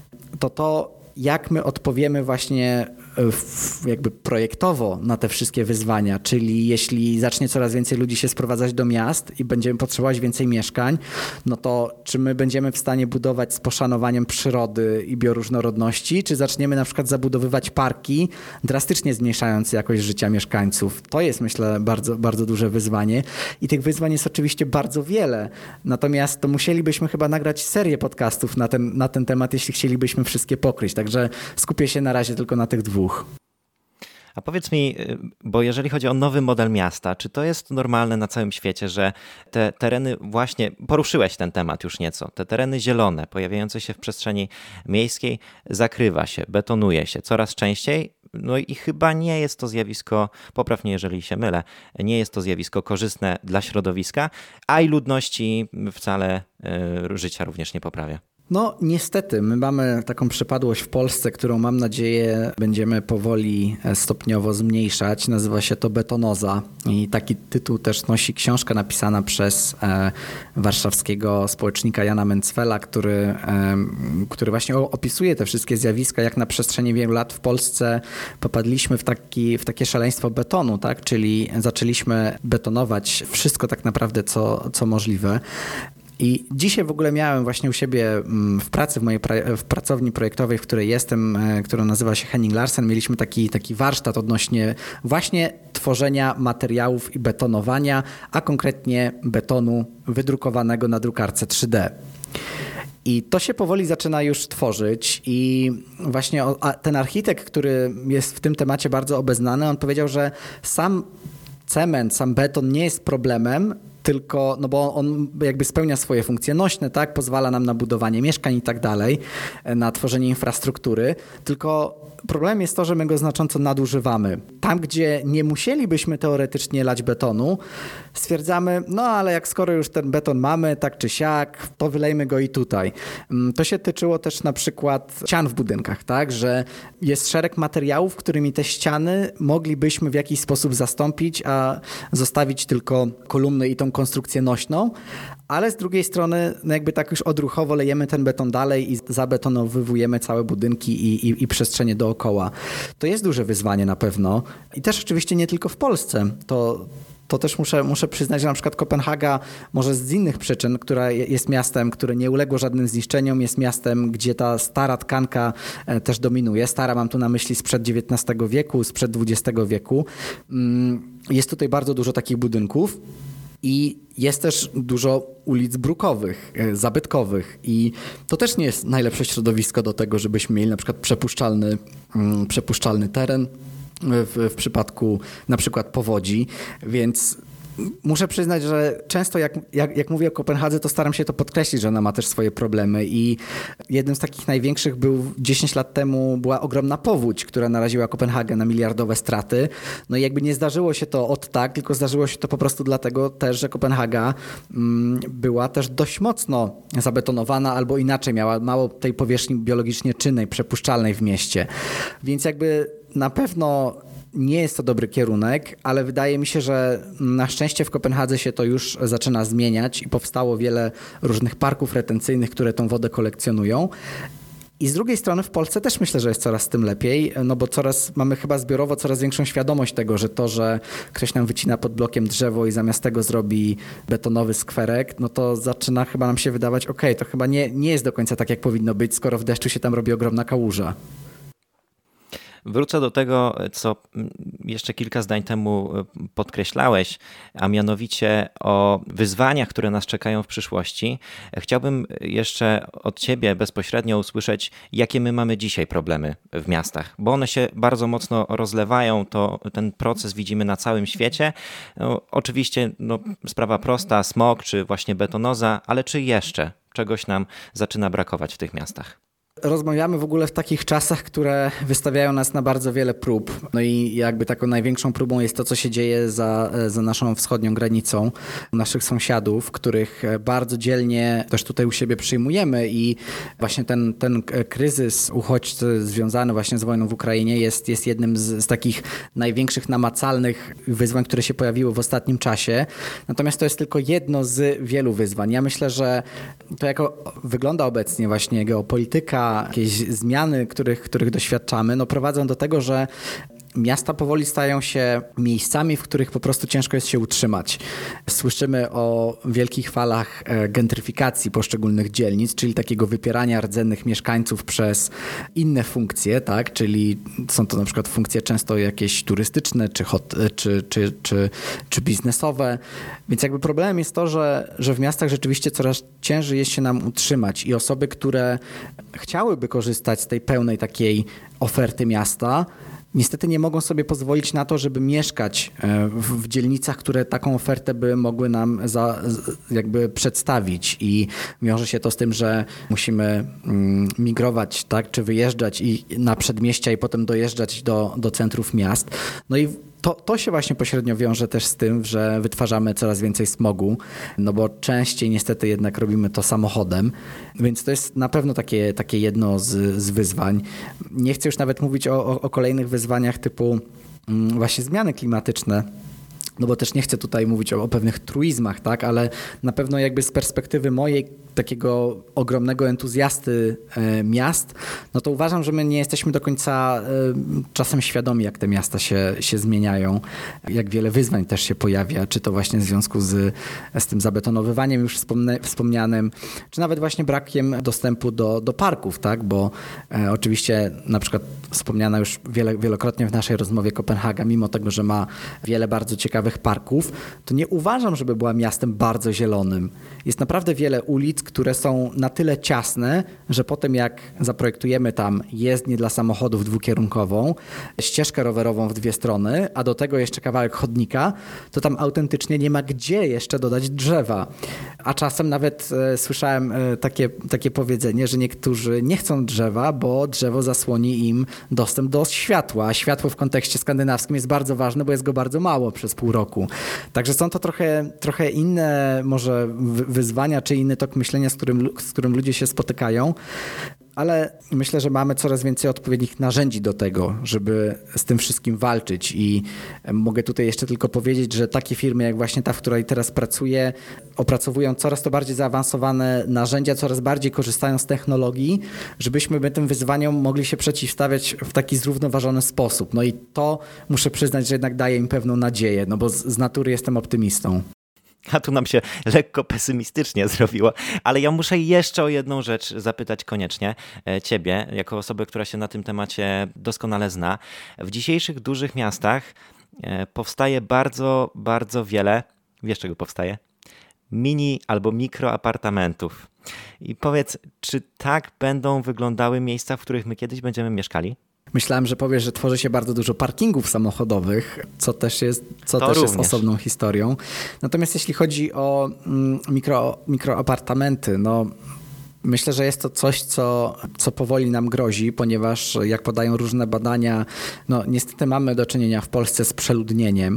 to jak my odpowiemy właśnie jakby projektowo na te wszystkie wyzwania, czyli jeśli zacznie coraz więcej ludzi się sprowadzać do miast i będziemy potrzebować więcej mieszkań, no to czy my będziemy w stanie budować z poszanowaniem przyrody i bioróżnorodności, czy zaczniemy na przykład zabudowywać parki, drastycznie zmniejszając jakość życia mieszkańców. To jest, myślę, bardzo, bardzo duże wyzwanie i tych wyzwań jest oczywiście bardzo wiele, natomiast to musielibyśmy chyba nagrać serię podcastów na ten temat, jeśli chcielibyśmy wszystkie pokryć, także skupię się na razie tylko na tych dwóch. A powiedz mi, bo jeżeli chodzi o nowy model miasta, czy to jest normalne na całym świecie, że te tereny właśnie, poruszyłeś ten temat już nieco, te tereny zielone pojawiające się w przestrzeni miejskiej zakrywa się, betonuje się coraz częściej, no i chyba nie jest to zjawisko, popraw mnie jeżeli się mylę, nie jest to zjawisko korzystne dla środowiska, a i ludności wcale życia również nie poprawia. No niestety, my mamy taką przypadłość w Polsce, którą mam nadzieję będziemy powoli stopniowo zmniejszać. Nazywa się to betonoza i taki tytuł też nosi książka napisana przez warszawskiego społecznika Jana Mencfela, który właśnie opisuje te wszystkie zjawiska, jak na przestrzeni wielu lat w Polsce popadliśmy w takie szaleństwo betonu, tak? Czyli zaczęliśmy betonować wszystko tak naprawdę, co możliwe. I dzisiaj w ogóle miałem właśnie u siebie w pracy, w pracowni projektowej, w której jestem, która nazywa się Henning Larsen, mieliśmy taki warsztat odnośnie właśnie tworzenia materiałów i betonowania, a konkretnie betonu wydrukowanego na drukarce 3D. I to się powoli zaczyna już tworzyć i właśnie ten architekt, który jest w tym temacie bardzo obeznany, on powiedział, że sam cement, sam beton nie jest problemem, tylko, no bo on jakby spełnia swoje funkcje nośne, tak, pozwala nam na budowanie mieszkań i tak dalej, na tworzenie infrastruktury, tylko problem jest to, że my go znacząco nadużywamy. Tam, gdzie nie musielibyśmy teoretycznie lać betonu, stwierdzamy, no ale jak skoro już ten beton mamy, tak czy siak, to wylejmy go i tutaj. To się tyczyło też na przykład ścian w budynkach, tak, że jest szereg materiałów, którymi te ściany moglibyśmy w jakiś sposób zastąpić, a zostawić tylko kolumny i tą konstrukcję nośną, ale z drugiej strony no jakby tak już odruchowo lejemy ten beton dalej i zabetonowujemy całe budynki i przestrzenie dookoła. To jest duże wyzwanie na pewno i też oczywiście nie tylko w Polsce. To też muszę przyznać, że na przykład Kopenhaga może z innych przyczyn, która jest miastem, które nie uległo żadnym zniszczeniom, jest miastem, gdzie ta stara tkanka też dominuje. Stara mam tu na myśli sprzed XIX wieku, sprzed XX wieku. Jest tutaj bardzo dużo takich budynków. I jest też dużo ulic brukowych, zabytkowych i to też nie jest najlepsze środowisko do tego, żebyśmy mieli na przykład przepuszczalny teren w przypadku na przykład powodzi, więc muszę przyznać, że często jak mówię o Kopenhadze, to staram się to podkreślić, że ona ma też swoje problemy i jednym z takich największych 10 lat temu była ogromna powódź, która naraziła Kopenhagę na miliardowe straty. No i jakby nie zdarzyło się to od tak, tylko zdarzyło się to po prostu dlatego też, że Kopenhaga była też dość mocno zabetonowana albo inaczej, miała mało tej powierzchni biologicznie czynnej, przepuszczalnej w mieście. Więc jakby na pewno nie jest to dobry kierunek, ale wydaje mi się, że na szczęście w Kopenhadze się to już zaczyna zmieniać i powstało wiele różnych parków retencyjnych, które tą wodę kolekcjonują. I z drugiej strony w Polsce też myślę, że jest coraz z tym lepiej, no bo mamy chyba zbiorowo coraz większą świadomość tego, że to, że ktoś nam wycina pod blokiem drzewo i zamiast tego zrobi betonowy skwerek, no to zaczyna chyba nam się wydawać, to chyba nie jest do końca tak, jak powinno być, skoro w deszczu się tam robi ogromna kałuża. Wrócę do tego, co jeszcze kilka zdań temu podkreślałeś, a mianowicie o wyzwaniach, które nas czekają w przyszłości. Chciałbym jeszcze od ciebie bezpośrednio usłyszeć, jakie my mamy dzisiaj problemy w miastach, bo one się bardzo mocno rozlewają, ten proces widzimy na całym świecie. Oczywiście sprawa prosta, smog czy właśnie betonoza, ale czy jeszcze czegoś nam zaczyna brakować w tych miastach? Rozmawiamy w ogóle w takich czasach, które wystawiają nas na bardzo wiele prób. No i jakby taką największą próbą jest to, co się dzieje za naszą wschodnią granicą, naszych sąsiadów, których bardzo dzielnie też tutaj u siebie przyjmujemy i właśnie ten kryzys uchodźcy związany właśnie z wojną w Ukrainie jest jednym z takich największych namacalnych wyzwań, które się pojawiły w ostatnim czasie. Natomiast to jest tylko jedno z wielu wyzwań. Ja myślę, że to jak wygląda obecnie właśnie geopolityka, jakieś zmiany, których doświadczamy, prowadzą do tego, że miasta powoli stają się miejscami, w których po prostu ciężko jest się utrzymać. Słyszymy o wielkich falach gentryfikacji poszczególnych dzielnic, czyli takiego wypierania rdzennych mieszkańców przez inne funkcje, tak? Czyli są to na przykład funkcje często jakieś turystyczne czy biznesowe. Więc jakby problemem jest to, że w miastach rzeczywiście coraz ciężej jest się nam utrzymać i osoby, które chciałyby korzystać z tej pełnej takiej oferty miasta, niestety nie mogą sobie pozwolić na to, żeby mieszkać w dzielnicach, które taką ofertę by mogły nam jakby przedstawić i wiąże się to z tym, że musimy migrować, tak, czy wyjeżdżać na przedmieścia i potem dojeżdżać do centrów miast. No i to się właśnie pośrednio wiąże też z tym, że wytwarzamy coraz więcej smogu, no bo częściej niestety jednak robimy to samochodem, więc to jest na pewno takie jedno z wyzwań. Nie chcę już nawet mówić o kolejnych wyzwaniach typu właśnie zmiany klimatyczne, no bo też nie chcę tutaj mówić o pewnych truizmach, tak, ale na pewno jakby z perspektywy mojej takiego ogromnego entuzjasty miast, no to uważam, że my nie jesteśmy do końca czasem świadomi, jak te miasta się zmieniają, jak wiele wyzwań też się pojawia, czy to właśnie w związku z tym zabetonowywaniem już wspomnianym, czy nawet właśnie brakiem dostępu do parków, tak, bo oczywiście na przykład wspomniana już wielokrotnie w naszej rozmowie Kopenhaga, mimo tego, że ma wiele bardzo ciekawych parków, to nie uważam, żeby była miastem bardzo zielonym. Jest naprawdę wiele ulic, które są na tyle ciasne, że potem jak zaprojektujemy tam jezdnię dla samochodów dwukierunkową, ścieżkę rowerową w dwie strony, a do tego jeszcze kawałek chodnika, to tam autentycznie nie ma gdzie jeszcze dodać drzewa. A czasem nawet słyszałem takie powiedzenie, że niektórzy nie chcą drzewa, bo drzewo zasłoni im dostęp do światła. A światło w kontekście skandynawskim jest bardzo ważne, bo jest go bardzo mało przez pół roku. Także są to trochę inne może wyzwania, czy inny tok myślenia, z którym ludzie się spotykają, ale myślę, że mamy coraz więcej odpowiednich narzędzi do tego, żeby z tym wszystkim walczyć i mogę tutaj jeszcze tylko powiedzieć, że takie firmy jak właśnie ta, w której teraz pracuję, opracowują coraz to bardziej zaawansowane narzędzia, coraz bardziej korzystają z technologii, żebyśmy my tym wyzwaniom mogli się przeciwstawiać w taki zrównoważony sposób. No i to muszę przyznać, że jednak daje im pewną nadzieję, no bo z natury jestem optymistą. A tu nam się lekko pesymistycznie zrobiło, ale ja muszę jeszcze o jedną rzecz zapytać koniecznie ciebie, jako osobę, która się na tym temacie doskonale zna. W dzisiejszych dużych miastach powstaje bardzo, bardzo wiele Wiesz, czego powstaje? Mini albo mikroapartamentów. I powiedz, czy tak będą wyglądały miejsca, w których my kiedyś będziemy mieszkali? Myślałem, że powiesz, że tworzy się bardzo dużo parkingów samochodowych, co też jest osobną historią. Natomiast jeśli chodzi o mikroapartamenty, no myślę, że jest to coś, co powoli nam grozi, ponieważ jak podają różne badania, no niestety mamy do czynienia w Polsce z przeludnieniem.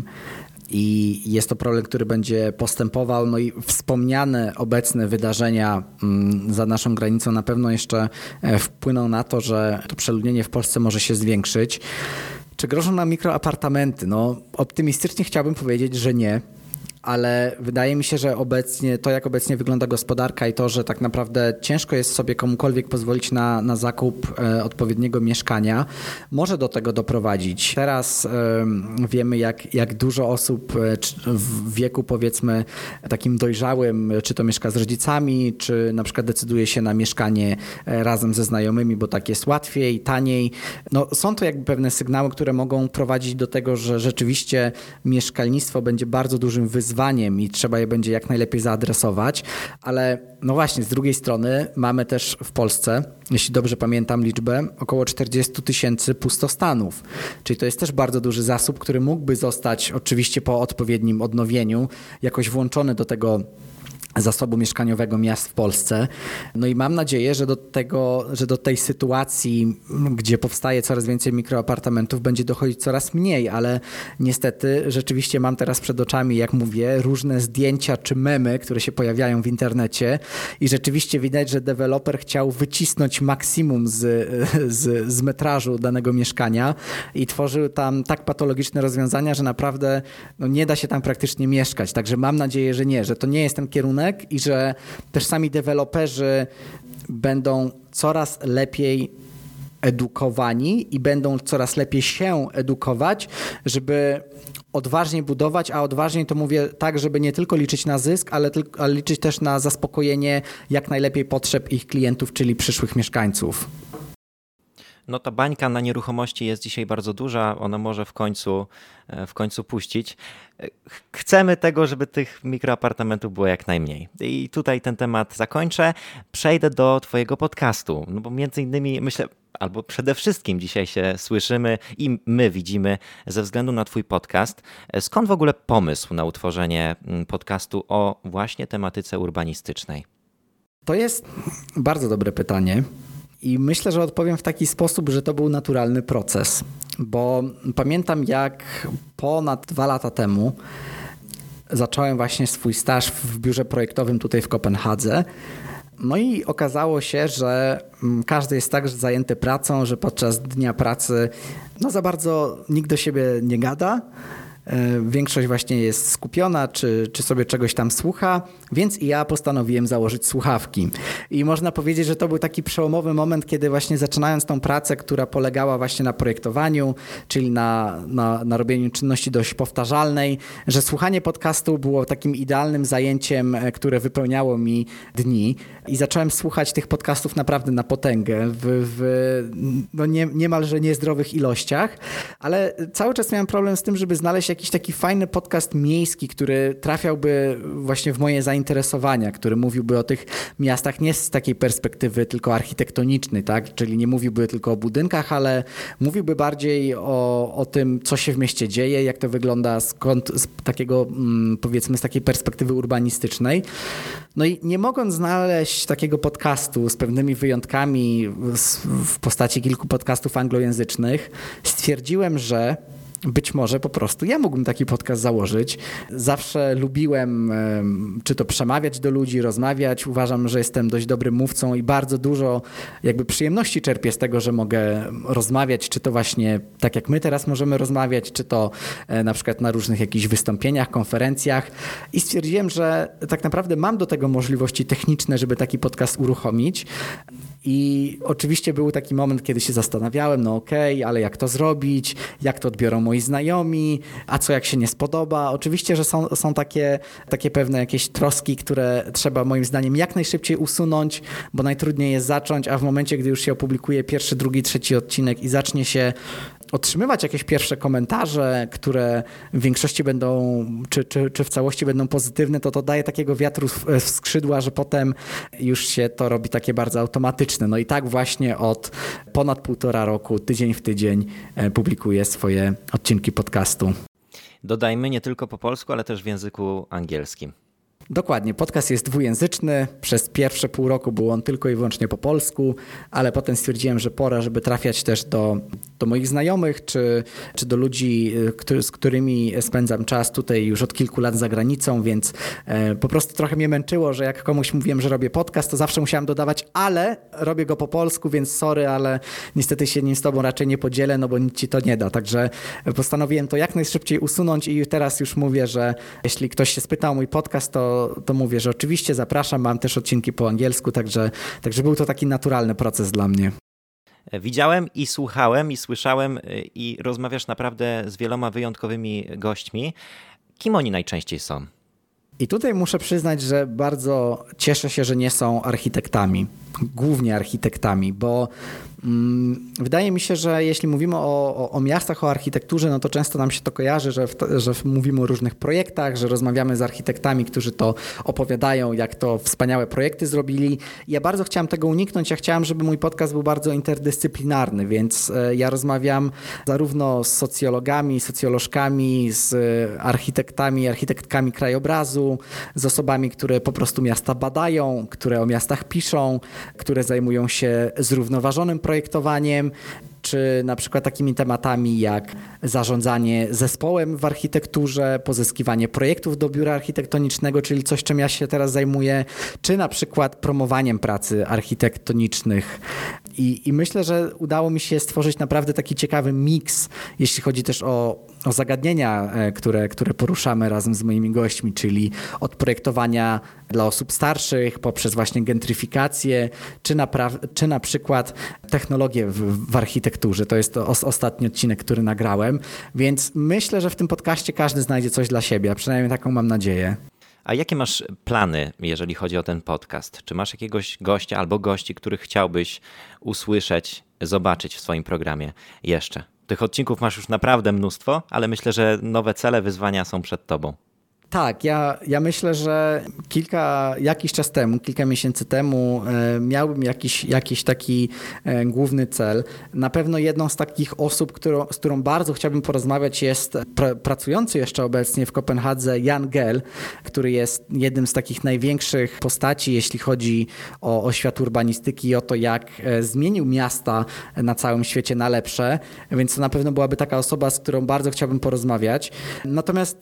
I jest to problem, który będzie postępował. No i wspomniane obecne wydarzenia za naszą granicą na pewno jeszcze wpłyną na to, że to przeludnienie w Polsce może się zwiększyć. Czy grożą nam mikroapartamenty? No optymistycznie chciałbym powiedzieć, że nie. Ale wydaje mi się, że jak obecnie wygląda gospodarka i to, że tak naprawdę ciężko jest sobie komukolwiek pozwolić na zakup odpowiedniego mieszkania, może do tego doprowadzić. Teraz wiemy, jak dużo osób w wieku powiedzmy takim dojrzałym, czy to mieszka z rodzicami, czy na przykład decyduje się na mieszkanie razem ze znajomymi, bo tak jest łatwiej, taniej. No, są to jakby pewne sygnały, które mogą prowadzić do tego, że rzeczywiście mieszkalnictwo będzie bardzo dużym wyzwaniem i trzeba je będzie jak najlepiej zaadresować, ale no właśnie z drugiej strony mamy też w Polsce, jeśli dobrze pamiętam liczbę, około 40 000 pustostanów, czyli to jest też bardzo duży zasób, który mógłby zostać oczywiście po odpowiednim odnowieniu jakoś włączony do tego zasobu mieszkaniowego miast w Polsce. No i mam nadzieję, że do tej sytuacji, gdzie powstaje coraz więcej mikroapartamentów, będzie dochodzić coraz mniej, ale niestety rzeczywiście mam teraz przed oczami, jak mówię, różne zdjęcia czy memy, które się pojawiają w internecie i rzeczywiście widać, że deweloper chciał wycisnąć maksimum z metrażu danego mieszkania i tworzył tam tak patologiczne rozwiązania, że naprawdę no, nie da się tam praktycznie mieszkać. Także mam nadzieję, że nie, że to nie jest ten kierunek, i że też sami deweloperzy będą coraz lepiej edukowani i będą coraz lepiej się edukować, żeby odważnie budować, a odważnie to mówię tak, żeby nie tylko liczyć na zysk, ale liczyć też na zaspokojenie jak najlepiej potrzeb ich klientów, czyli przyszłych mieszkańców. No ta bańka na nieruchomości jest dzisiaj bardzo duża, ona może w końcu puścić. Chcemy tego, żeby tych mikroapartamentów było jak najmniej. I tutaj ten temat zakończę. Przejdę do twojego podcastu, no bo między innymi myślę, albo przede wszystkim dzisiaj się słyszymy i my widzimy ze względu na twój podcast. Skąd w ogóle pomysł na utworzenie podcastu o właśnie tematyce urbanistycznej? To jest bardzo dobre pytanie. I myślę, że odpowiem w taki sposób, że to był naturalny proces, bo pamiętam jak ponad 2 lata temu zacząłem właśnie swój staż w biurze projektowym tutaj w Kopenhadze. No i okazało się, że każdy jest tak zajęty pracą, że podczas dnia pracy no za bardzo nikt do siebie nie gada. Większość właśnie jest skupiona, czy sobie czegoś tam słucha, więc i ja postanowiłem założyć słuchawki. I można powiedzieć, że to był taki przełomowy moment, kiedy właśnie zaczynając tą pracę, która polegała właśnie na projektowaniu, czyli na robieniu czynności dość powtarzalnej, że słuchanie podcastu było takim idealnym zajęciem, które wypełniało mi dni. I zacząłem słuchać tych podcastów naprawdę na potęgę, no niemalże niezdrowych ilościach, ale cały czas miałem problem z tym, żeby znaleźć jakiś taki fajny podcast miejski, który trafiałby właśnie w moje zainteresowania, który mówiłby o tych miastach nie z takiej perspektywy tylko architektonicznej, tak? Czyli nie mówiłby tylko o budynkach, ale mówiłby bardziej o tym, co się w mieście dzieje, jak to wygląda z takiego, powiedzmy, z takiej perspektywy urbanistycznej. No i nie mogąc znaleźć takiego podcastu z pewnymi wyjątkami w postaci kilku podcastów anglojęzycznych, stwierdziłem, że być może po prostu ja mógłbym taki podcast założyć. Zawsze lubiłem czy to przemawiać do ludzi, rozmawiać. Uważam, że jestem dość dobrym mówcą i bardzo dużo jakby przyjemności czerpię z tego, że mogę rozmawiać, czy to właśnie tak jak my teraz możemy rozmawiać, czy to na przykład na różnych jakichś wystąpieniach, konferencjach. I stwierdziłem, że tak naprawdę mam do tego możliwości techniczne, żeby taki podcast uruchomić. I oczywiście był taki moment, kiedy się zastanawiałem, no okej, ale jak to zrobić, jak to odbiorą moi znajomi, a co jak się nie spodoba. Oczywiście, że są takie pewne jakieś troski, które trzeba moim zdaniem jak najszybciej usunąć, bo najtrudniej jest zacząć, a w momencie, gdy już się opublikuje pierwszy, drugi, trzeci odcinek i zacznie się otrzymywać jakieś pierwsze komentarze, które w większości będą, czy w całości będą pozytywne, to daje takiego wiatru w skrzydła, że potem już się to robi takie bardzo automatyczne. No i tak właśnie od ponad 1,5 roku, tydzień w tydzień publikuję swoje odcinki podcastu. Dodajmy, nie tylko po polsku, ale też w języku angielskim. Dokładnie, podcast jest dwujęzyczny. Przez pierwsze pół roku był on tylko i wyłącznie po polsku, ale potem stwierdziłem, że pora, żeby trafiać też do moich znajomych, czy do ludzi, z którymi spędzam czas tutaj już od kilku lat za granicą, więc po prostu trochę mnie męczyło, że jak komuś mówiłem, że robię podcast, to zawsze musiałem dodawać, ale robię go po polsku, więc sorry, ale niestety się nim z tobą raczej nie podzielę, no bo nic ci to nie da. Także postanowiłem to jak najszybciej usunąć i teraz już mówię, że jeśli ktoś się spyta o mój podcast, to mówię, że oczywiście zapraszam, mam też odcinki po angielsku, także był to taki naturalny proces dla mnie. Widziałem i słuchałem i słyszałem i rozmawiasz naprawdę z wieloma wyjątkowymi gośćmi. Kim oni najczęściej są? I tutaj muszę przyznać, że bardzo cieszę się, że nie są architektami, głównie architektami, bo wydaje mi się, że jeśli mówimy o miastach, o architekturze, no to często nam się to kojarzy, że mówimy o różnych projektach, że rozmawiamy z architektami, którzy to opowiadają, jak to wspaniałe projekty zrobili. Ja bardzo chciałem tego uniknąć. Ja chciałem, żeby mój podcast był bardzo interdyscyplinarny, więc ja rozmawiam zarówno z socjologami, socjolożkami, z architektami, architektkami krajobrazu, z osobami, które po prostu miasta badają, które o miastach piszą, które zajmują się zrównoważonym projektowaniem, czy na przykład takimi tematami jak zarządzanie zespołem w architekturze, pozyskiwanie projektów do biura architektonicznego, czyli coś, czym ja się teraz zajmuję, czy na przykład promowaniem pracy architektonicznych. I myślę, że udało mi się stworzyć naprawdę taki ciekawy miks, jeśli chodzi też o zagadnienia, które poruszamy razem z moimi gośćmi, czyli od projektowania dla osób starszych, poprzez właśnie gentryfikację, czy na przykład technologię w architekturze. To jest ostatni odcinek, który nagrałem, więc myślę, że w tym podcaście każdy znajdzie coś dla siebie, a przynajmniej taką mam nadzieję. A jakie masz plany, jeżeli chodzi o ten podcast? Czy masz jakiegoś gościa albo gości, których chciałbyś usłyszeć, zobaczyć w swoim programie jeszcze? Tych odcinków masz już naprawdę mnóstwo, ale myślę, że nowe cele, wyzwania są przed tobą. Tak, ja myślę, że kilka miesięcy temu miałbym jakiś taki główny cel. Na pewno jedną z takich osób, z którą bardzo chciałbym porozmawiać, jest pracujący jeszcze obecnie w Kopenhadze Jan Gehl, który jest jednym z takich największych postaci, jeśli chodzi o świat urbanistyki i o to, jak zmienił miasta na całym świecie na lepsze, więc to na pewno byłaby taka osoba, z którą bardzo chciałbym porozmawiać. Natomiast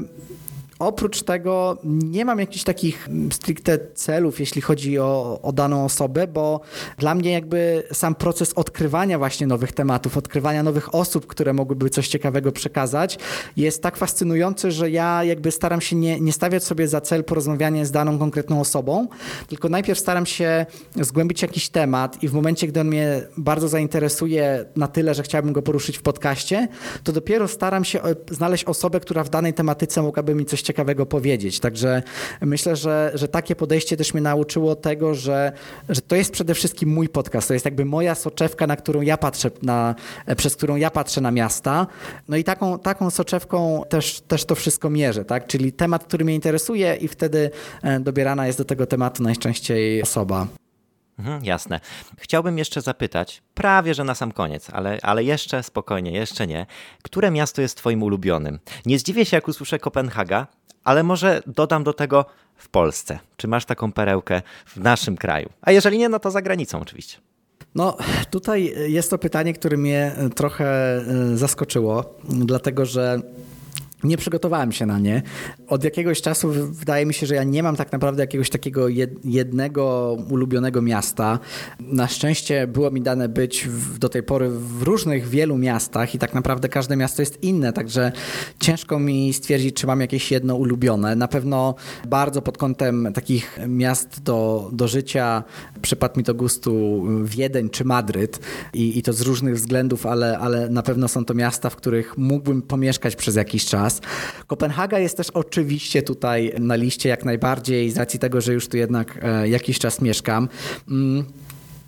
oprócz tego nie mam jakichś takich stricte celów, jeśli chodzi o daną osobę, bo dla mnie jakby sam proces odkrywania właśnie nowych tematów, odkrywania nowych osób, które mogłyby coś ciekawego przekazać, jest tak fascynujący, że ja jakby staram się nie stawiać sobie za cel porozmawianie z daną konkretną osobą, tylko najpierw staram się zgłębić jakiś temat i w momencie, gdy on mnie bardzo zainteresuje na tyle, że chciałbym go poruszyć w podcaście, to dopiero staram się znaleźć osobę, która w danej tematyce mogłaby mi coś ciekawego powiedzieć. Także myślę, że takie podejście też mnie nauczyło tego, że to jest przede wszystkim mój podcast. To jest jakby moja soczewka, na którą ja patrzę, przez którą ja patrzę na miasta. No i taką soczewką też to wszystko mierzę, tak? Czyli temat, który mnie interesuje i wtedy dobierana jest do tego tematu najczęściej osoba. Jasne. Chciałbym jeszcze zapytać, prawie że na sam koniec, ale jeszcze spokojnie, jeszcze nie. Które miasto jest twoim ulubionym? Nie zdziwię się, jak usłyszę Kopenhaga, ale może dodam do tego w Polsce. Czy masz taką perełkę w naszym kraju? A jeżeli nie, no to za granicą oczywiście. No tutaj jest to pytanie, które mnie trochę zaskoczyło, dlatego że nie przygotowałem się na nie. Od jakiegoś czasu wydaje mi się, że ja nie mam tak naprawdę jakiegoś takiego jednego ulubionego miasta. Na szczęście było mi dane być do tej pory w różnych, wielu miastach i tak naprawdę każde miasto jest inne, także ciężko mi stwierdzić, czy mam jakieś jedno ulubione. Na pewno bardzo pod kątem takich miast do życia przypadł mi do gustu Wiedeń czy Madryt i to z różnych względów, ale na pewno są to miasta, w których mógłbym pomieszkać przez jakiś czas. Kopenhaga jest też oczywiście tutaj na liście jak najbardziej z racji tego, że już tu jednak jakiś czas mieszkam.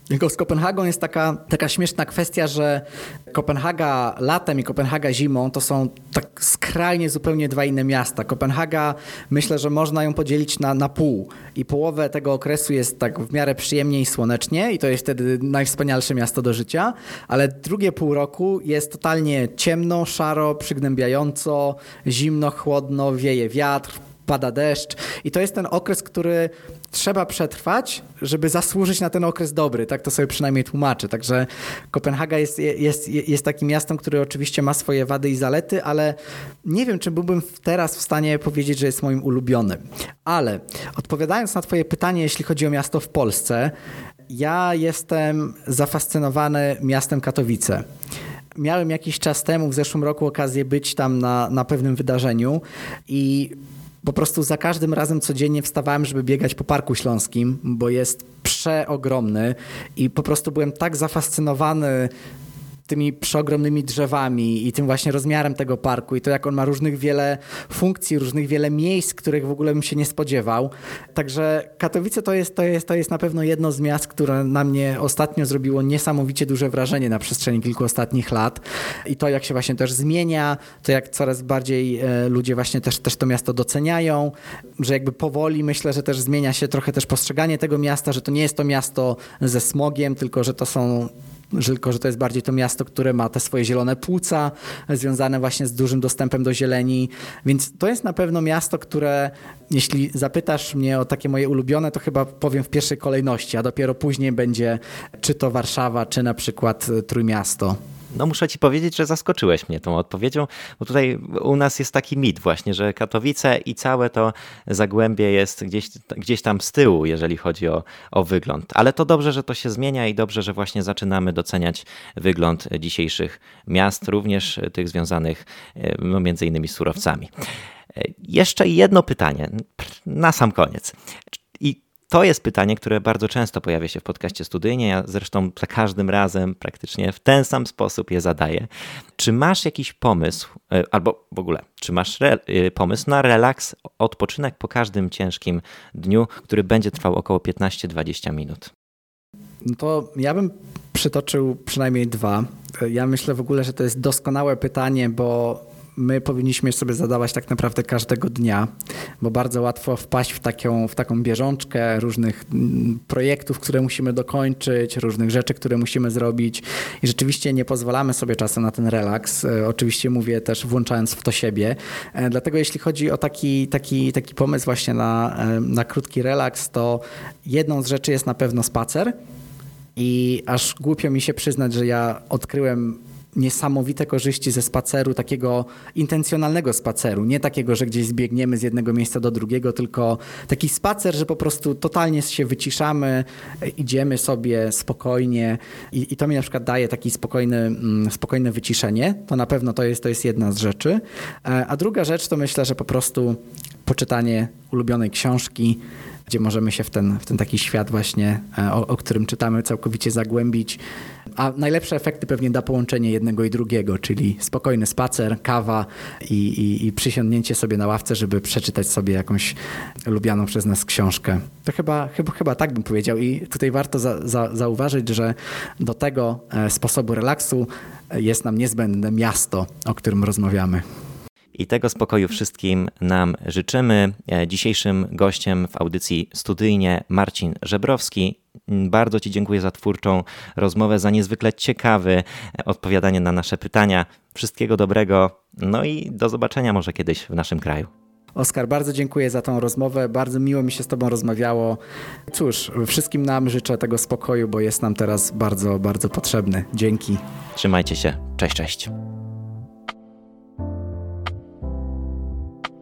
Tylko z Kopenhagą jest taka śmieszna kwestia, że Kopenhaga latem i Kopenhaga zimą to są tak skrajnie zupełnie dwa inne miasta. Kopenhaga, myślę, że można ją podzielić na pół i połowę tego okresu jest tak w miarę przyjemnie i słonecznie i to jest wtedy najwspanialsze miasto do życia, ale drugie pół roku jest totalnie ciemno, szaro, przygnębiająco, zimno, chłodno, wieje wiatr, pada deszcz i to jest ten okres, który trzeba przetrwać, żeby zasłużyć na ten okres dobry. Tak to sobie przynajmniej tłumaczę. Także Kopenhaga jest takim miastem, które oczywiście ma swoje wady i zalety, ale nie wiem, czy byłbym teraz w stanie powiedzieć, że jest moim ulubionym. Ale odpowiadając na twoje pytanie, jeśli chodzi o miasto w Polsce, ja jestem zafascynowany miastem Katowice. Miałem jakiś czas temu, w zeszłym roku, okazję być tam na pewnym wydarzeniu i po prostu za każdym razem codziennie wstawałem, żeby biegać po Parku Śląskim, bo jest przeogromny i po prostu byłem tak zafascynowany tymi przeogromnymi drzewami i tym właśnie rozmiarem tego parku i to, jak on ma różnych wiele funkcji, różnych wiele miejsc, których w ogóle bym się nie spodziewał. Także Katowice to jest na pewno jedno z miast, które na mnie ostatnio zrobiło niesamowicie duże wrażenie na przestrzeni kilku ostatnich lat. I to, jak się właśnie też zmienia, to jak coraz bardziej ludzie właśnie też to miasto doceniają, że jakby powoli myślę, że też zmienia się trochę też postrzeganie tego miasta, że to nie jest to miasto ze smogiem, tylko że to jest bardziej to miasto, które ma te swoje zielone płuca związane właśnie z dużym dostępem do zieleni. Więc to jest na pewno miasto, które jeśli zapytasz mnie o takie moje ulubione, to chyba powiem w pierwszej kolejności, a dopiero później będzie czy to Warszawa, czy na przykład Trójmiasto. No muszę ci powiedzieć, że zaskoczyłeś mnie tą odpowiedzią, bo tutaj u nas jest taki mit właśnie, że Katowice i całe to Zagłębie jest gdzieś tam z tyłu, jeżeli chodzi o wygląd. Ale to dobrze, że to się zmienia i dobrze, że właśnie zaczynamy doceniać wygląd dzisiejszych miast, również tych związanych między innymi z surowcami. Jeszcze jedno pytanie na sam koniec. To jest pytanie, które bardzo często pojawia się w podcaście Studyjnie. Ja zresztą za każdym razem praktycznie w ten sam sposób je zadaję. Czy masz jakiś pomysł, albo w ogóle, czy masz pomysł na relaks, odpoczynek po każdym ciężkim dniu, który będzie trwał około 15-20 minut? No to ja bym przytoczył przynajmniej dwa. Ja myślę w ogóle, że to jest doskonałe pytanie, bo my powinniśmy sobie zadawać tak naprawdę każdego dnia, bo bardzo łatwo wpaść w taką bieżączkę różnych projektów, które musimy dokończyć, różnych rzeczy, które musimy zrobić i rzeczywiście nie pozwalamy sobie czasem na ten relaks. Oczywiście mówię też włączając w to siebie. Dlatego jeśli chodzi o taki pomysł właśnie na krótki relaks, to jedną z rzeczy jest na pewno spacer i aż głupio mi się przyznać, że ja odkryłem niesamowite korzyści ze spaceru, takiego intencjonalnego spaceru, nie takiego, że gdzieś zbiegniemy z jednego miejsca do drugiego, tylko taki spacer, że po prostu totalnie się wyciszamy, idziemy sobie spokojnie i to mi na przykład daje takie spokojne wyciszenie. To na pewno to jest jedna z rzeczy. A druga rzecz to myślę, że po prostu poczytanie ulubionej książki, gdzie możemy się w ten taki świat właśnie, o którym czytamy, całkowicie zagłębić. A najlepsze efekty pewnie da połączenie jednego i drugiego, czyli spokojny spacer, kawa i przysiądnięcie sobie na ławce, żeby przeczytać sobie jakąś lubianą przez nas książkę. To chyba tak bym powiedział i tutaj warto zauważyć, że do tego sposobu relaksu jest nam niezbędne miasto, o którym rozmawiamy. I tego spokoju wszystkim nam życzymy. Dzisiejszym gościem w audycji Studyjnie Marcin Żebrowski. Bardzo ci dziękuję za twórczą rozmowę, za niezwykle ciekawe odpowiadanie na nasze pytania. Wszystkiego dobrego, no i do zobaczenia może kiedyś w naszym kraju. Oskar, bardzo dziękuję za tą rozmowę, bardzo miło mi się z tobą rozmawiało. Cóż, wszystkim nam życzę tego spokoju, bo jest nam teraz bardzo, bardzo potrzebny. Dzięki. Trzymajcie się. Cześć, cześć.